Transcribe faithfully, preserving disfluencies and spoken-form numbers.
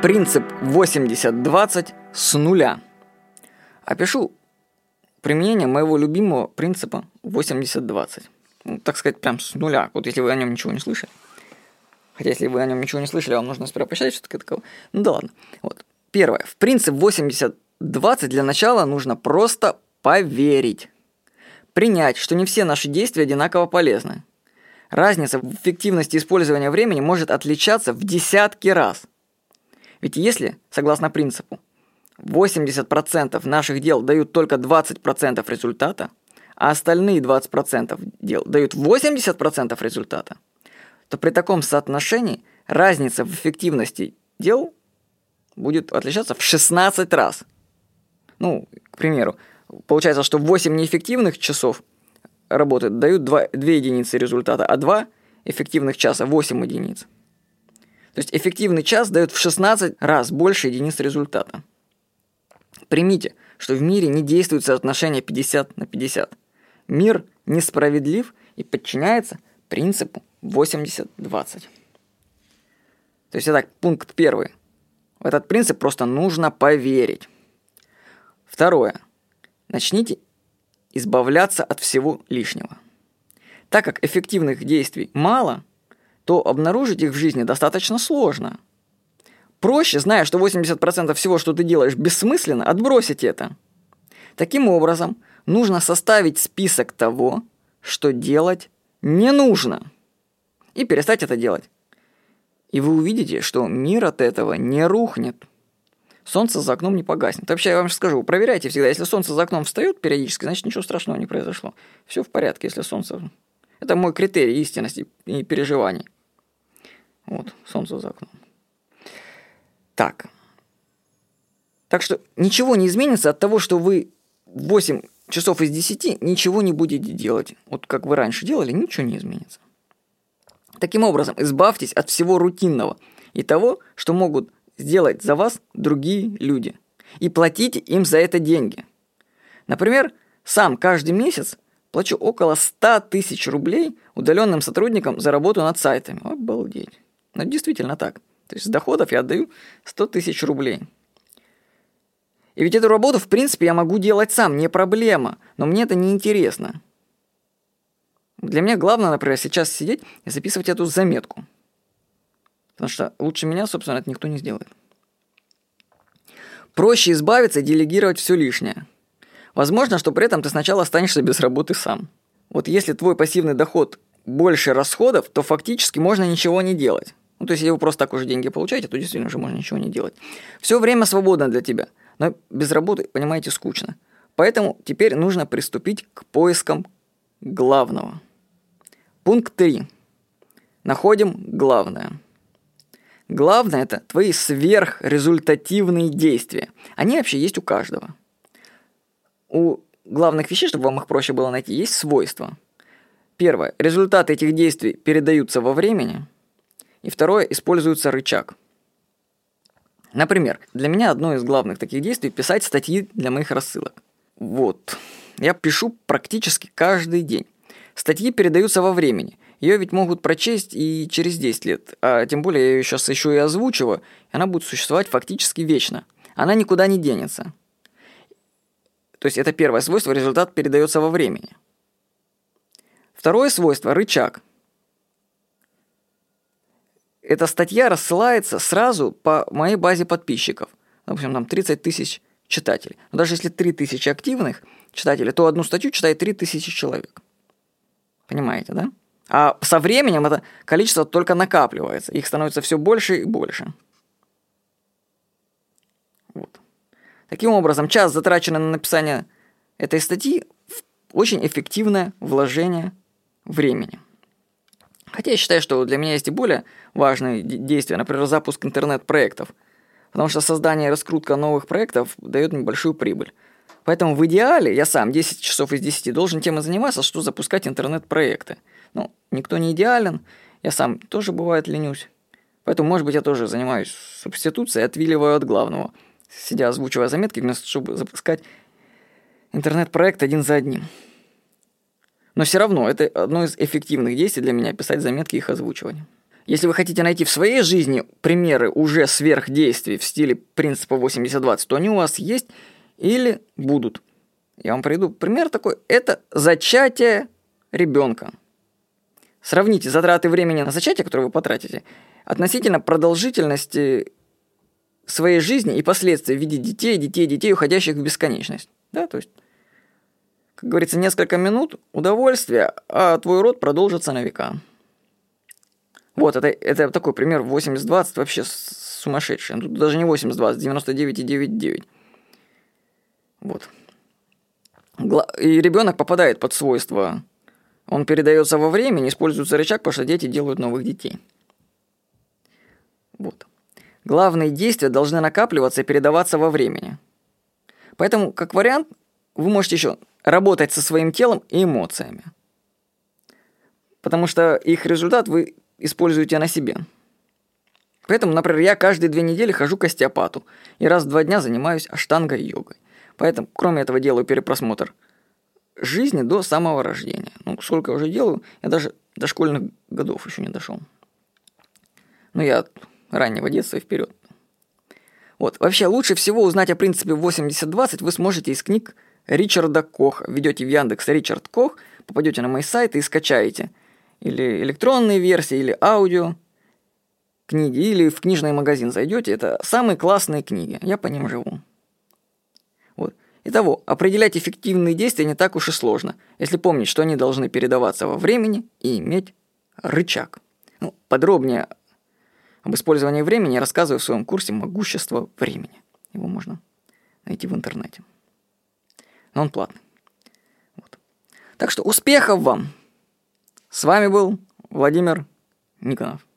Принцип восемьдесят двадцать с нуля. Опишу применение моего любимого принципа восемьдесят двадцать. Ну, так сказать, прям с нуля. Вот если вы о нем ничего не слышали. Хотя, если вы о нем ничего не слышали, вам нужно сперва почитать что-то такое. Ну да ладно. Вот. Первое. В принцип восемьдесят двадцать для начала нужно просто поверить. Принять, что не все наши действия одинаково полезны. Разница в эффективности использования времени может отличаться в десятки раз. Ведь если, согласно принципу, восемьдесят процентов наших дел дают только двадцать процентов результата, а остальные двадцать процентов дел дают восемьдесят процентов результата, то при таком соотношении разница в эффективности дел будет отличаться в шестнадцать раз. Ну, к примеру, получается, что восемь неэффективных часов работы дают два, две единицы результата, а два эффективных часа восемь единиц. То есть эффективный час дает в шестнадцать раз больше единиц результата. Примите, что в мире не действует соотношение пятьдесят на пятьдесят. Мир несправедлив и подчиняется принципу восемьдесят двадцать. То есть, итак, пункт первый. В этот принцип просто нужно поверить. Второе. Начните избавляться от всего лишнего. Так как эффективных действий мало, то обнаружить их в жизни достаточно сложно. Проще, зная, что восемьдесят процентов всего, что ты делаешь, бессмысленно, отбросить это. Таким образом, нужно составить список того, что делать не нужно, и перестать это делать. И вы увидите, что мир от этого не рухнет. Солнце за окном не погаснет. Вообще, я вам скажу, проверяйте всегда, если солнце за окном встает периодически, значит, ничего страшного не произошло. Все в порядке, если солнце... Это мой критерий истинности и переживаний. Вот, солнце за окном. Так. Так что ничего не изменится от того, что вы восемь часов из десяти ничего не будете делать. Вот как вы раньше делали, ничего не изменится. Таким образом, избавьтесь от всего рутинного и того, что могут сделать за вас другие люди. И платите им за это деньги. Например, сам каждый месяц плачу около ста тысяч рублей удаленным сотрудникам за работу над сайтами. Обалдеть. Но действительно так. То есть с доходов я отдаю сто тысяч рублей. И ведь эту работу, в принципе, я могу делать сам, не проблема. Но мне это не интересно. Для меня главное, например, сейчас сидеть и записывать эту заметку. Потому что лучше меня, собственно, это никто не сделает. Проще избавиться и делегировать все лишнее. Возможно, что при этом ты сначала останешься без работы сам. Вот если твой пассивный доход больше расходов, то фактически можно ничего не делать. Ну, то есть, если вы просто так уже деньги получаете, то действительно уже можно ничего не делать. Все время свободно для тебя. Но без работы, понимаете, скучно. Поэтому теперь нужно приступить к поискам главного. Пункт три. Находим главное. Главное – это твои сверхрезультативные действия. Они вообще есть у каждого. У главных вещей, чтобы вам их проще было найти, есть свойства. Первое. Результаты этих действий передаются во времени. И второе. Используется рычаг. Например, для меня одно из главных таких действий – писать статьи для моих рассылок. Вот. Я пишу практически каждый день. Статьи передаются во времени. Ее ведь могут прочесть и через десять лет. А тем более я ее сейчас еще и озвучиваю. И она будет существовать фактически вечно. Она никуда не денется. То есть это первое свойство, результат передается во времени. Второе свойство – рычаг. Эта статья рассылается сразу по моей базе подписчиков. Допустим, там тридцать тысяч читателей. Но даже если три тысячи активных читателей, то одну статью читает три тысячи человек. Понимаете, да? А со временем это количество только накапливается. Их становится все больше и больше. Вот. Таким образом, час, затраченный на написание этой статьи, очень эффективное вложение времени. Хотя я считаю, что для меня есть и более важные действия, например, запуск интернет-проектов, потому что создание и раскрутка новых проектов дает мне большую прибыль. Поэтому в идеале я сам десять часов из десяти должен тем и заниматься, что запускать интернет-проекты. Ну, никто не идеален, я сам тоже бывает ленюсь. Поэтому, может быть, я тоже занимаюсь субституцией, отвиливаю от главного, сидя озвучивая заметки, вместо чтобы запускать интернет-проект один за одним. Но все равно это одно из эффективных действий для меня – писать заметки и их озвучивать. Если вы хотите найти в своей жизни примеры уже сверхдействий в стиле принципа восемьдесят двадцать, то они у вас есть или будут. Я вам приведу пример такой. Это зачатие ребенка. Сравните затраты времени на зачатие, которые вы потратите, относительно продолжительности своей жизни и последствий в виде детей, детей, детей, уходящих в бесконечность. Да, то есть, как говорится, несколько минут удовольствия, а твой род продолжится на века. Вот, это, это такой пример восемьдесят двадцать вообще сумасшедший. Тут даже не восемьдесят двадцать, девяносто девять и девять девять. Вот. И ребенок попадает под свойства. Он передается во времени, используется рычаг, потому что дети делают новых детей. Вот. Главные действия должны накапливаться и передаваться во времени. Поэтому, как вариант, вы можете еще работать со своим телом и эмоциями. Потому что их результат вы используете на себе. Поэтому, например, я каждые две недели хожу к остеопату и раз в два дня занимаюсь аштангой и йогой. Поэтому, кроме этого, делаю перепросмотр жизни до самого рождения. Ну, сколько я уже делаю, я даже до школьных годов еще не дошел. Но я от раннего детства и вперед. Вот. Вообще, лучше всего узнать о принципе восемьдесят двадцать вы сможете из книг Ричарда Коха. Введете в Яндекс Ричард Кох, попадете на мой сайт и скачаете или электронные версии, или аудио книги, или в книжный магазин зайдете. Это самые классные книги. Я по ним живу. Вот. Итого, определять эффективные действия не так уж и сложно, если помнить, что они должны передаваться во времени и иметь рычаг. Ну, подробнее об использовании времени я рассказываю в своем курсе «Могущество времени». Его можно найти в интернете. Но он платный. Вот. Так что успехов вам! С вами был Владимир Никонов.